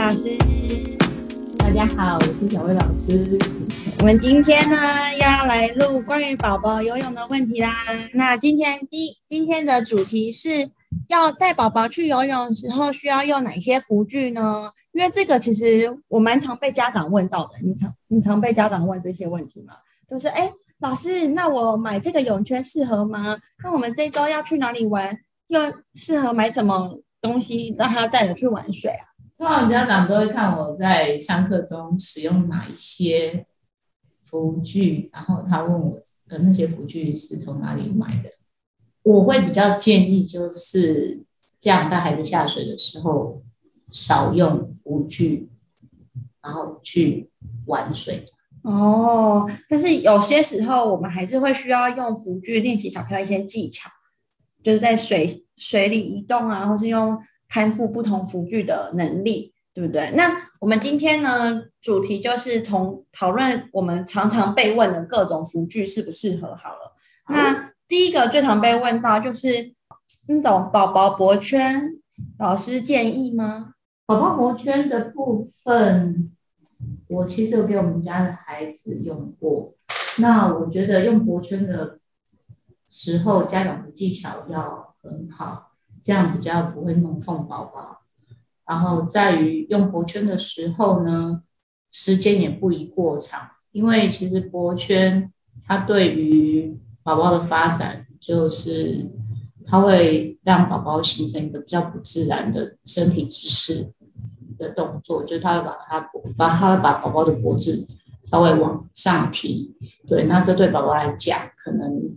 老师。 大家好，我是小薇老师。 我们今天呢要来录关于宝宝游泳的问题啦。那今天的主题是要带宝宝去游泳的时候需要用哪些辅具呢？因为这个其实我蛮常被家长问到的，你常被家长问这些问题吗？就是老师，那我买这个泳圈适合吗？那我们这周要去哪里玩，又适合买什么东西让他带着去玩水啊？ 通常家长都会看我在上课中使用哪一些辅具，然后他问我那些辅具是从哪里买的。我会比较建议就是这样带孩子下水的时候少用辅具，然后去玩水。 哦，但是有些时候我们还是会需要用辅具练习小朋友一些技巧，就是在水里移动啊，或是用攀附不同辅具的能力，对不对？那我们今天呢，主题就是从讨论我们常常被问的各种辅具适不适合好了。那第一个最常被问到就是那种宝宝脖圈，老师建议吗？ 宝宝膜圈的部分，我其实有给我们家的孩子用过。那我觉得用脖圈的时候，家长的技巧要很好，这样比较不会弄痛宝宝。然后在于用脖圈的时候呢，时间也不宜过长，因为其实脖圈它对于宝宝的发展，就是它会让宝宝形成一个比较不自然的身体姿势的动作，就是它会把宝宝的脖子稍微往上提。对，那这对宝宝来讲，可能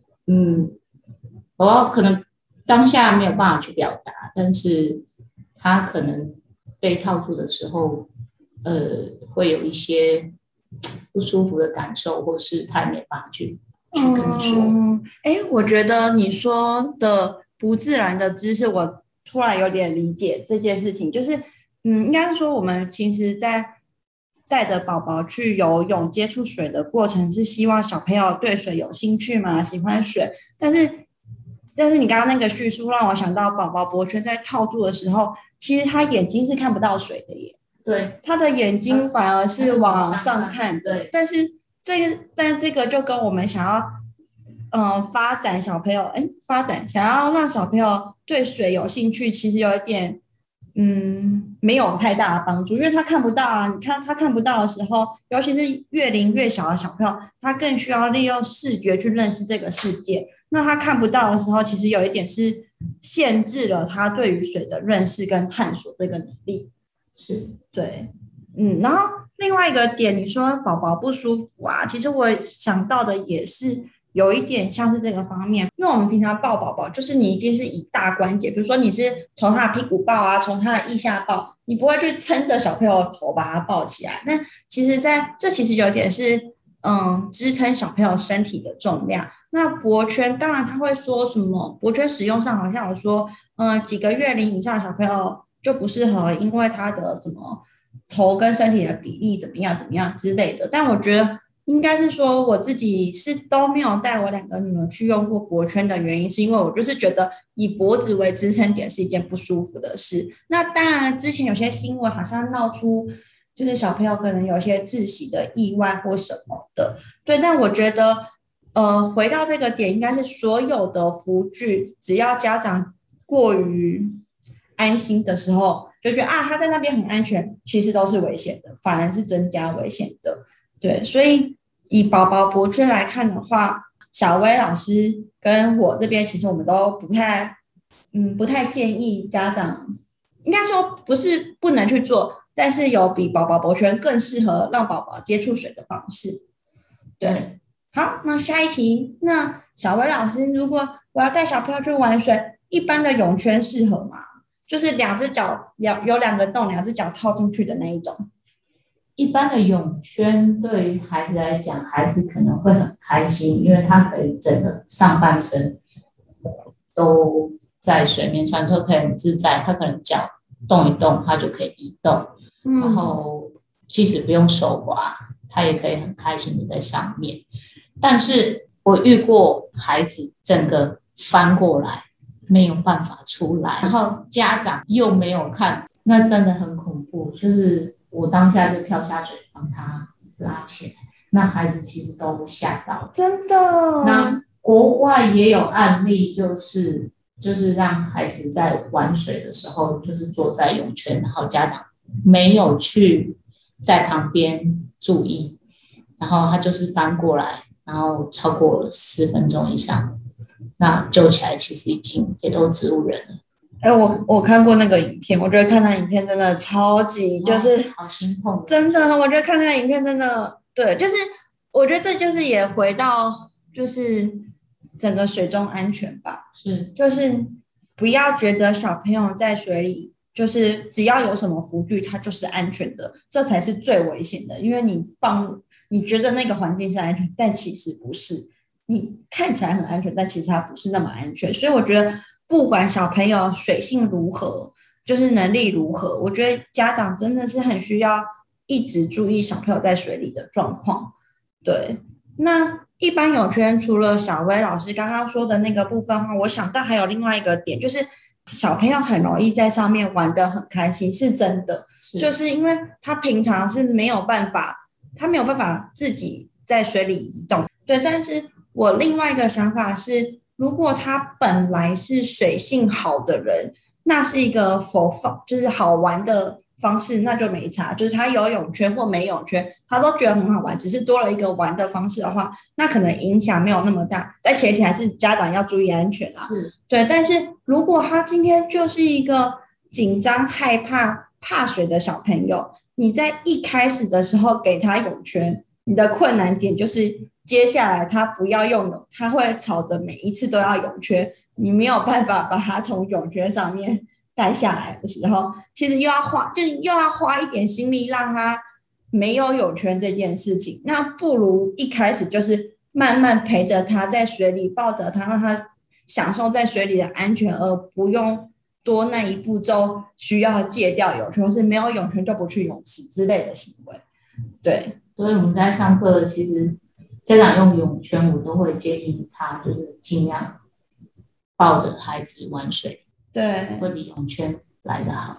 宝宝可能当下没有办法去表达，但是他可能被套住的时候，会有一些不舒服的感受，或是他也没办法去跟你说。 我觉得你说的不自然的姿势，我突然有点理解这件事情，就是应该是说我们其实在带着宝宝去游泳接触水的过程，是希望小朋友对水有兴趣嘛，喜欢水，但是你刚刚那个叙述让我想到宝宝脖圈在套住的时候，其实他眼睛是看不到水的耶。 对， 他的眼睛反而是往上看的， 对， 但这个就跟我们想要发展小朋友，想要让小朋友对水有兴趣，其实有一点没有太大的帮助，因为他看不到啊。你看他看不到的时候，尤其是越龄越小的小朋友，他更需要利用视觉去认识这个世界。那他看不到的时候，其实有一点是限制了他对于水的认识跟探索这个能力。 是， 对，然后另外一个点，你说宝宝不舒服啊，其实我想到的也是有一点像是这个方面，因为我们平常抱宝宝，就是你一定是以大关节，比如说你是从他的屁股抱啊，从他的腋下抱，你不会去撑着小朋友的头把他抱起来。那其实这其实有点是支撑小朋友身体的重量。那脖圈当然他会说什么，脖圈使用上好像有说，几个月龄以上的小朋友就不适合，因为他的什么头跟身体的比例怎么样之类的。但我觉得应该是说我自己是都没有带我两个女儿去用过脖圈的原因，是因为我就是觉得以脖子为支撑点是一件不舒服的事。那当然之前有些新闻好像闹出，就是小朋友可能有一些窒息的意外或什么的，对。但我觉得回到这个点，应该是所有的辅具，只要家长过于安心的时候，就觉得他在那边很安全，其实都是危险的，反而是增加危险的。对，所以以宝宝脖圈来看的话，小薇老师跟我这边其实我们都不太建议家长，应该说不是不能去做，但是有比宝宝脖圈更适合让宝宝接触水的方式。对，好，那下一题，那小薇老师，如果我要带小朋友去玩水，一般的泳圈适合吗？就是两只脚有两个洞，两只脚套进去的那一种。 一般的泳圈对于孩子来讲，孩子可能会很开心，因为他可以整个上半身都在水面上，就可以很自在。他可能脚动一动，他就可以移动，然后即使不用手滑，他也可以很开心的在上面。但是我遇过孩子整个翻过来，没有办法出来，然后家长又没有看那真的很恐怖，就是我当下就跳下水帮他拉起来，那孩子其实都吓到。 真的。 那国外也有案例，就是让孩子在玩水的时候，就是坐在泳圈，然后家长没有去在旁边注意，然后他就是翻过来，然后超过了10分钟以上，那救起来其实已经也都植物人了。 我看过那个影片，我觉得看那影片真的超级就是好心痛， 真的，我觉得看那个影片真的对，就是我觉得这就是也回到就是整个水中安全吧， 是就是不要觉得小朋友在水里就是只要有什么浮具它就是安全的，这才是最危险的，因为你觉得那个环境是安全，但其实不是，你看起来很安全，但其实它不是那么安全，所以我觉得不管小朋友水性如何，就是能力如何，我觉得家长真的是很需要一直注意小朋友在水里的状况。对，那一般泳圈除了小薇老师刚刚说的那个部分的话，我想到还有另外一个点，就是小朋友很容易在上面玩得很开心，是真的，就是因为他平常是没有办法，他没有办法自己在水里移动。对，但是我另外一个想法是，如果他本来是水性好的人，那是一个就是好玩的方式，那就没差。就是他有泳圈或没泳圈，他都觉得很好玩，只是多了一个玩的方式的话，那可能影响没有那么大。但前提还是家长要注意安全啊。对，但是如果他今天就是一个紧张、害怕、怕水的小朋友，你在一开始的时候给他泳圈，你的困难点就是接下来他不要用泳，他会吵着每一次都要泳圈，你没有办法把他从泳圈上面带下来的时候，其实又要花一点心力让他没有泳圈这件事情，那不如一开始就是慢慢陪着他在水里抱着他，让他享受在水里的安全，而不用多那一步骤需要戒掉泳圈，或是没有泳圈就不去泳池之类的行为。对， 所以我们在上课，其实家长用泳圈，我都会建议他就是尽量抱着孩子玩水， 对， 会比泳圈来得好。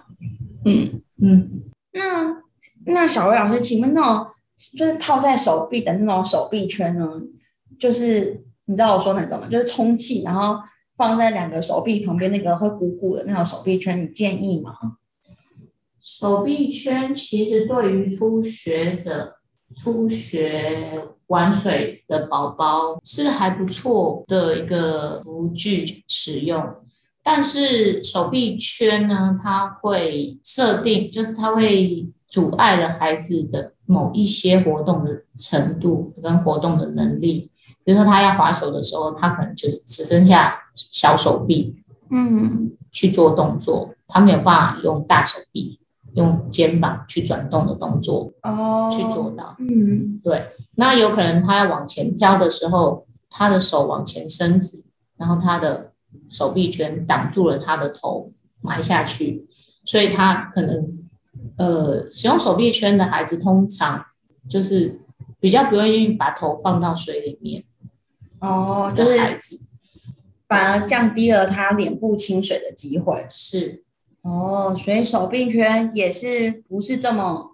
那小薇老师，请问那种就是套在手臂的那种手臂圈呢？就是你知道我说哪种吗？就是充气，然后放在两个手臂旁边那个会鼓鼓的那种手臂圈，你建议吗？ 手臂圈其实对于初学玩水的宝宝是还不错的一个辅具使用，但是手臂圈呢，它会设定，就是它会阻碍了孩子的某一些活动的程度跟活动的能力。比如说他要滑手的时候，他可能就是只剩下小手臂，去做动作，他没有办法用大手臂。用肩膀去转动的动作去做到，对。那有可能他要往前飘的时候，他的手往前伸直，然后他的手臂圈挡住了他的头埋下去，所以他可能使用手臂圈的孩子通常就是比较不愿意把头放到水里面的孩子， 反而降低了他脸部亲水的机会。 是。 所以手臂圈也是不是这么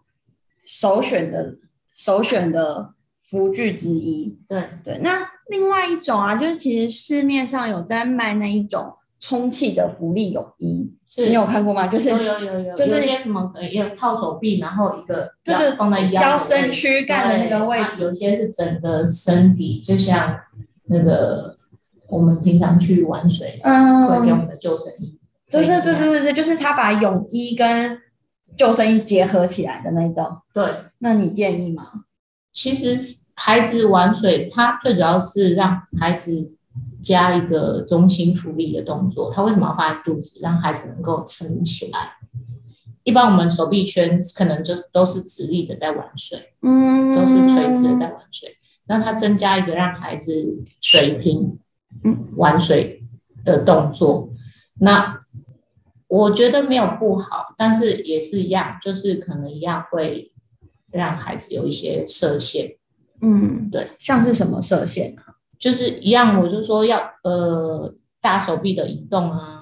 首选的辅具之一。对，那另外一种啊，就是其实市面上有在卖那一种充气的浮力泳衣，你有看过吗？就是有， 就是有些什么也有套手臂，然后一个放在腰身躯干的那个位置， 有些是整个身体，就像那个我们平常去玩水，会给我们的救生衣。 对，就是他把泳衣跟救生衣结合起来的那种。 对， 那你建议吗？ 其实孩子玩水，它最主要是让孩子加一个中心浮力的动作。他为什么要放在肚子？让孩子能够撑起来。一般我们手臂圈可能就都是直立的在玩水，都是垂直的在玩水。那它增加一个让孩子水平玩水的动作，那我觉得没有不好，但是也是一样，就是可能一样会让孩子有一些设限。对， 像是什么设限啊？ 就是一样，我就说要大手臂的移动啊，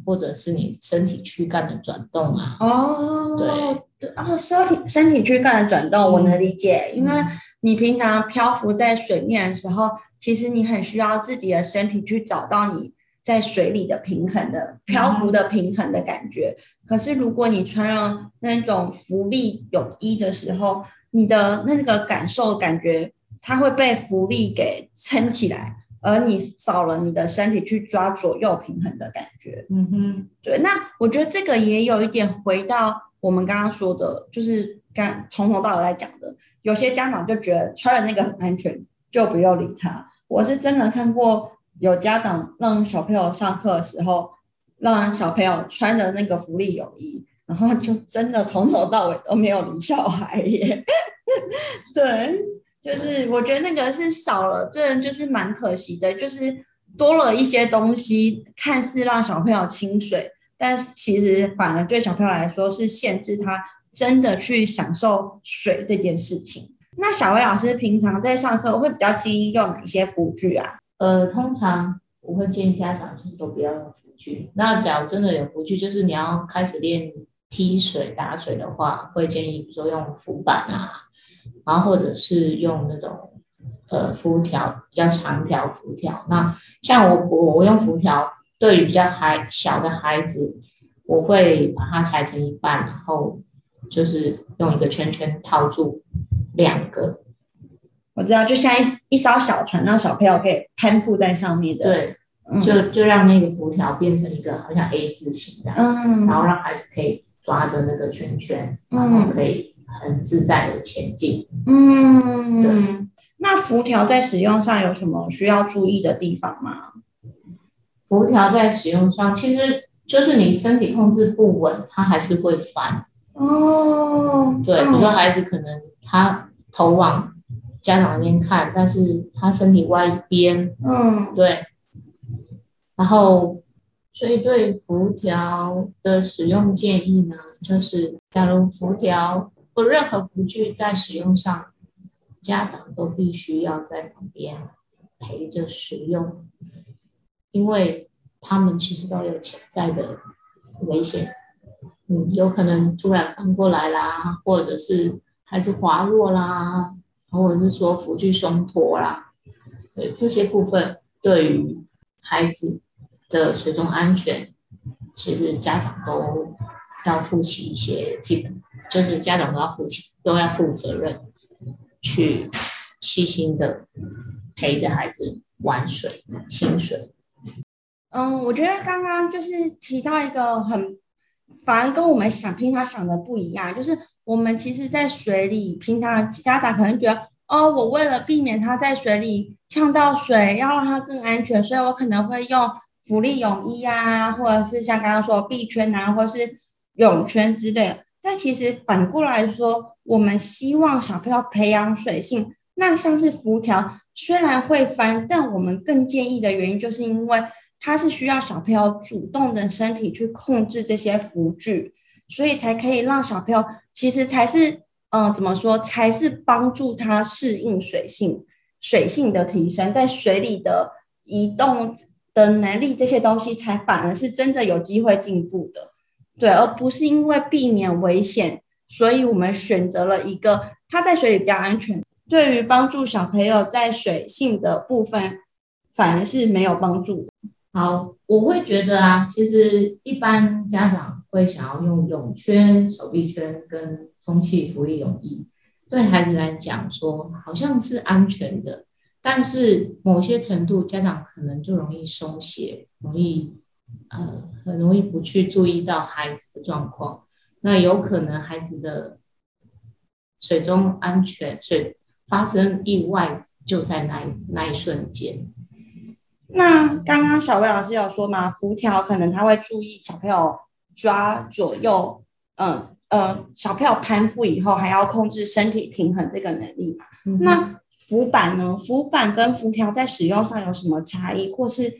或者是你身体躯干的转动啊。 对，身体躯干的转动我能理解，因为你平常漂浮在水面的时候，其实你很需要自己的身体去找到你在水里的平衡的漂浮的平衡的感觉。可是如果你穿上那种浮力泳衣的时候，你的那个感觉它会被浮力给撑起来，而你少了你的身体去抓左右平衡的感觉。对，那我觉得这个也有一点回到我们刚刚说的，就是从头到尾在讲的，有些家长就觉得穿了那个很安全，就不用理他。我是真的看过有家长让小朋友上课的时候，让小朋友穿着那个浮力泳衣，然后就真的从头到尾都没有理小孩耶。对，就是我觉得那个是少了，这就是蛮可惜的，就是多了一些东西，看似让小朋友亲水，但其实反而对小朋友来说是限制他真的去享受水这件事情。那小薇老师平常在上课会比较建议用哪一些辅具啊？ 通常我会建议家长就是都不要用辅具。那假如真的有辅具，就是你要开始练踢水、打水的话，会建议比如说用浮板啊，然后或者是用那种浮条，比较长条浮条。那像我用浮条，对于比较小的孩子，我会把它裁成一半，然后就是用一个圈圈套住两个。 我知道，就像一艘小船，让小朋友可以攀附在上面的。 对，就让那个浮条变成一个好像 A 字形的，然后让孩子可以抓着那个圈圈，然后可以很自在的前进。对。 那浮条在使用上有什么需要注意的地方吗？ 浮条在使用上，其实就是你身体控制不稳，它还是会翻。对，比如说孩子可能他头往家长那边看，但是他身体外一边。对。然后，所以对浮条的使用建议呢，就是假如浮条或任何辅具在使用上，家长都必须要在旁边陪着使用，因为他们其实都有潜在的危险。有可能突然翻过来啦，或者是孩子滑落啦，或者是说辅具松脱啦，对，这些部分对于孩子的水中安全，其实家长都要负起一些基本，就是家长都要负责任，去细心的陪着孩子玩水、亲水。 我觉得刚刚就是提到一个反而跟我们平常想的不一样，就是我们其实在水里，平常家长可能觉得，我为了避免他在水里呛到水，要让他更安全，所以我可能会用浮力泳衣啊，或者是像刚刚说臂圈啊，或是泳圈之类的。但其实反过来说，我们希望小朋友培养水性，那像是浮条虽然会翻，但我们更建议的原因就是因为它是需要小朋友主动的身体去控制这些浮具，所以才可以让小朋友其实才是怎么说，才是帮助他适应水性的提升，在水里的移动的能力，这些东西才反而是真的有机会进步的。对，而不是因为避免危险，所以我们选择了一个他在水里比较安全，对于帮助小朋友在水性的部分反而是没有帮助的。 好，我会觉得啊，其实一般家长会想要用泳圈、手臂圈跟充气浮力泳衣，对孩子来讲说好像是安全的，但是某些程度家长可能就容易松懈，很容易不去注意到孩子的状况，那有可能孩子的水中安全，发生意外就在那一瞬间。 那刚刚小薇老师有说嘛，浮条可能他会注意小朋友抓左右，小朋友攀附以后还要控制身体平衡这个能力嘛。那浮板呢？浮板跟浮条在使用上有什么差异，或是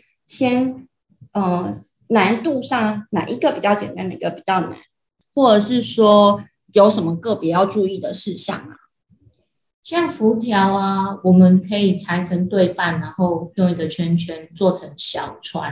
难度上哪一个比较简单，哪个比较难，或者是说有什么个别要注意的事项啊？ 像浮条啊，我们可以裁成对半，然后用一个圈圈做成小船。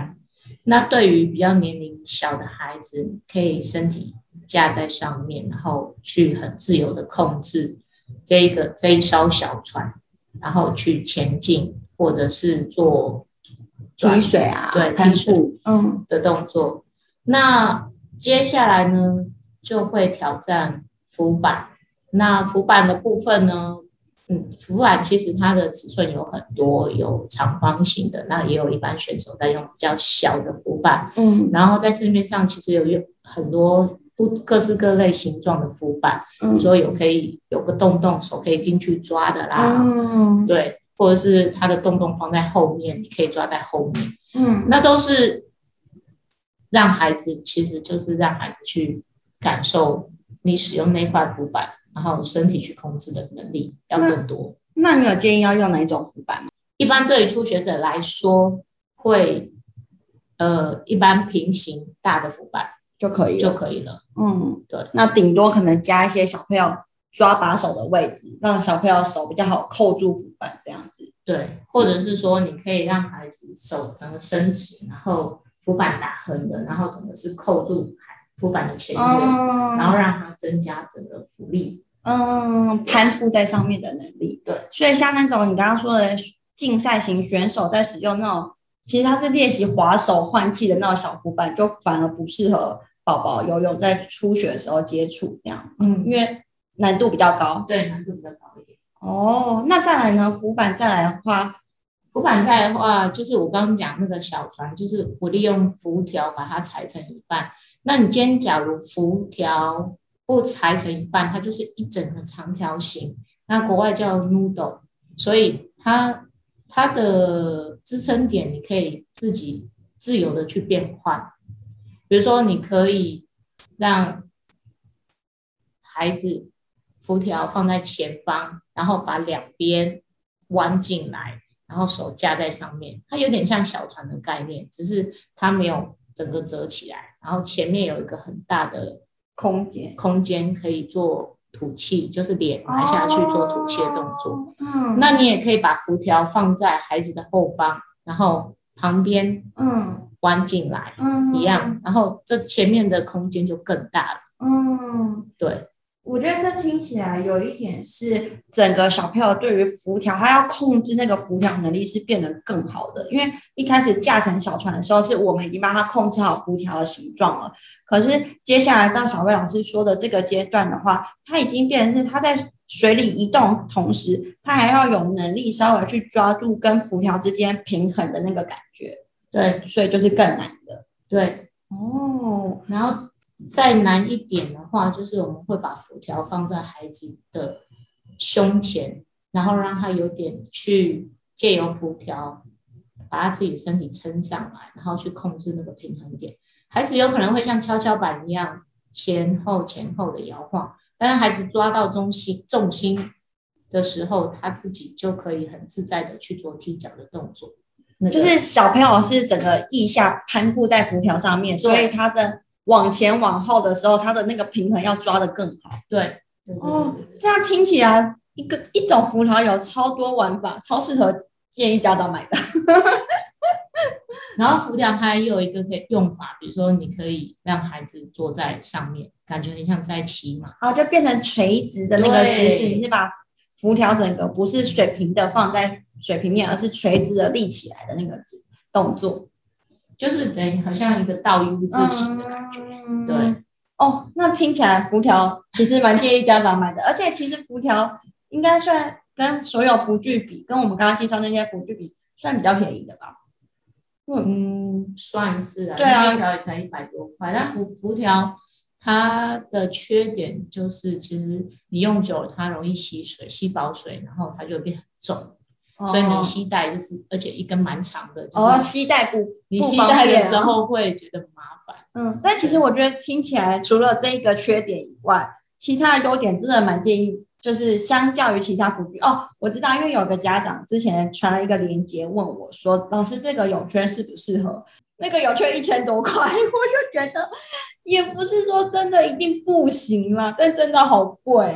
那对于比较年龄小的孩子，可以身体架在上面，然后去很自由的控制这一艘小船，然后去前进，或者是做踢水啊， 对， 攀踢水附， 的动作。那接下来呢，就会挑战浮板。那浮板的部分呢，浮板其实它的尺寸有很多，有长方形的，那也有一般选手在用比较小的浮板。然后在市面上其实有很多各式各类形状的浮板，比如说可以有个洞洞，手可以进去抓的啦，对，或者是它的洞洞放在后面，你可以抓在后面，那都是让孩子，其实就是让孩子去感受你使用那块浮板，然后身体去控制的能力要更多。 那你有建议要用哪一种浮板吗？ 一般对于初学者来说，会一般平行大的浮板就可以了。 对。那顶多可能加一些小朋友抓把手的位置，让小朋友手比较好扣住浮板这样子。 对，或者是说你可以让孩子手整个伸直，然后浮板打横的，然后整个是扣住浮板的前缘，然后让它增加整个浮力。 攀附在上面的能力。 对， 所以像那种你刚刚说的竞赛型选手在使用那种，其实它是练习滑手换气的那种小浮板，就反而不适合宝宝游泳在初学的时候接触这样。因为难度比较高。 对，难度比较高一点。 那再来呢？浮板再来的话，就是我刚刚讲那个小船，就是我利用浮条把它裁成一半。那你今天假如浮条不裁成一半，它就是一整个长条形，那国外叫 noodle， 所以它的支撑点你可以自己自由的去变换。比如说你可以让孩子浮条放在前方，然后把两边弯进来，然后手架在上面，它有点像小船的概念，只是它没有整个折起来，然后前面有一个很大的空间可以做吐气，就是脸埋下去做吐气的动作。那你也可以把浮条放在孩子的后方，然后旁边弯进来，一样，然后这前面的空间就更大了。对。 我觉得这听起来有一点是整个小朋友对于浮条，他要控制那个浮条能力是变得更好的。因为一开始驾乘小船的时候，是我们已经帮他控制好浮条的形状了。可是接下来到小魏老师说的这个阶段的话，他已经变成是他在水里移动同时，他还要有能力稍微去抓住跟浮条之间平衡的那个感觉。 对， 所以就是更难的。 对。然后再难一点的话，就是我们会把浮条放在孩子的胸前，然后让他有点去借由浮条把他自己的身体撑上来，然后去控制那个平衡点。孩子有可能会像跷跷板一样前后的摇晃，但是孩子抓到重心的时候，他自己就可以很自在的去做踢脚的动作。 就是小朋友是整个腋下攀附在浮条上面，所以他的往前往后的时候，他的那个平衡要抓得更好。 对。 这样听起来一种浮条有超多玩法，超适合建议家长买的。 然后浮条它又有一个可以用法，比如说你可以让孩子坐在上面，感觉很像在骑马， 就变成垂直的那个姿势。你是把浮条整个不是水平的放在水平面，而是垂直的立起来的那个动作， 就是等于好像一个倒 U 字形的感觉。对。 那听起来浮条其实蛮建议家长买的，而且其实浮条应该算跟所有浮具比，跟我们刚刚介绍那些浮具比，算比较便宜的吧。 算是啊。 对啊。 浮条也才100多块，但浮条它的缺点就是其实你用久了它容易吸饱水，然后它就变很重。所以你携带就是而且一根蛮长的，就是携带你携带的时候会觉得麻烦。 但其实我觉得听起来除了这个缺点以外，其他的优点真的蛮建议，就是相较于其他浮具。我知道，因为有个家长之前传了一个链接问我说，老师这个泳圈适不适合？那个泳圈1000多块，我就觉得也不是说真的一定不行啦，但真的好贵哦。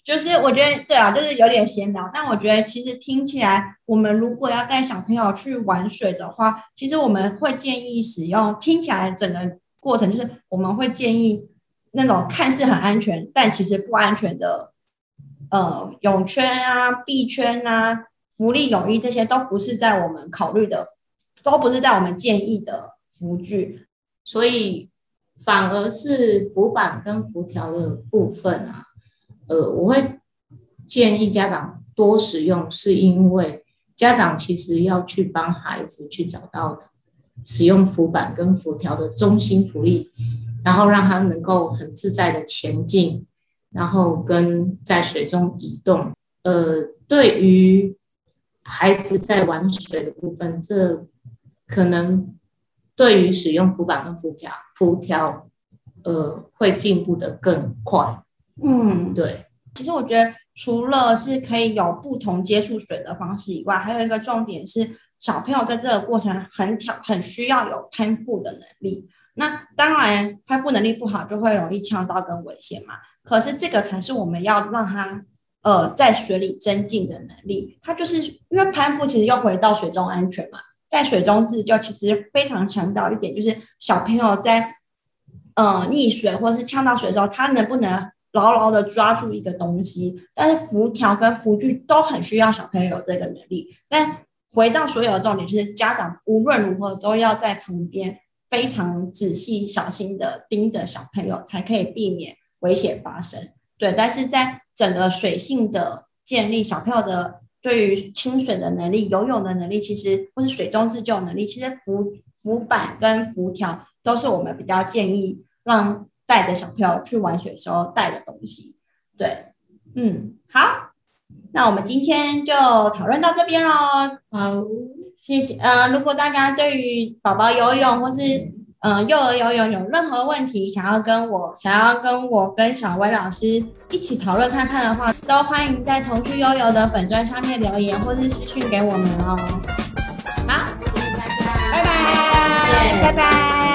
就是我觉得对啊，就是有点闲聊，但我觉得其实听起来，我们如果要带小朋友去玩水的话，其实我们会建议使用，听起来整个过程就是我们会建议那种看似很安全，但其实不安全的泳圈啊、臂圈啊、浮力泳衣这些都不是在我们考虑的，都不是在我们建议的浮具， 所以反而是浮板跟浮条的部分啊，我会建议家长多使用，是因为家长其实要去帮孩子去找到使用浮板跟浮条的中心浮力，然后让他能够很自在的前进，然后跟在水中移动。对于孩子在玩水的部分，这可能对于使用浮板跟浮条，会进步的更快。对。 其实我觉得除了是可以有不同接触水的方式以外，还有一个重点是小朋友在这个过程很需要有攀附的能力。那当然攀附能力不好就会容易呛到跟危险嘛。可是这个才是我们要让他在水里增进的能力。它就是因为攀附其实又回到水中安全嘛，在水中自救其实非常强调一点，就是小朋友在溺水或是呛到水的时候，他能不能牢牢的抓住一个东西？但是浮条跟浮具都很需要小朋友有这个能力。但回到所有的重点，就是家长无论如何都要在旁边非常仔细小心的盯着小朋友，才可以避免危险发生。对，但是在整个水性的建立，小朋友的对于清水的能力、游泳的能力，其实或是水中自救能力，其实浮板跟浮条都是我们比较建议让带着小朋友去玩水的时候带的东西。对，好，那我们今天就讨论到这边喽。 好， 谢谢。如果大家对于宝宝游泳或是幼儿游泳有任何问题，想要跟我跟小薇老师一起讨论看看的话，都欢迎在童趣悠游的粉专上面留言或是私讯给我们哦。好， 谢谢大家， 拜拜，拜拜。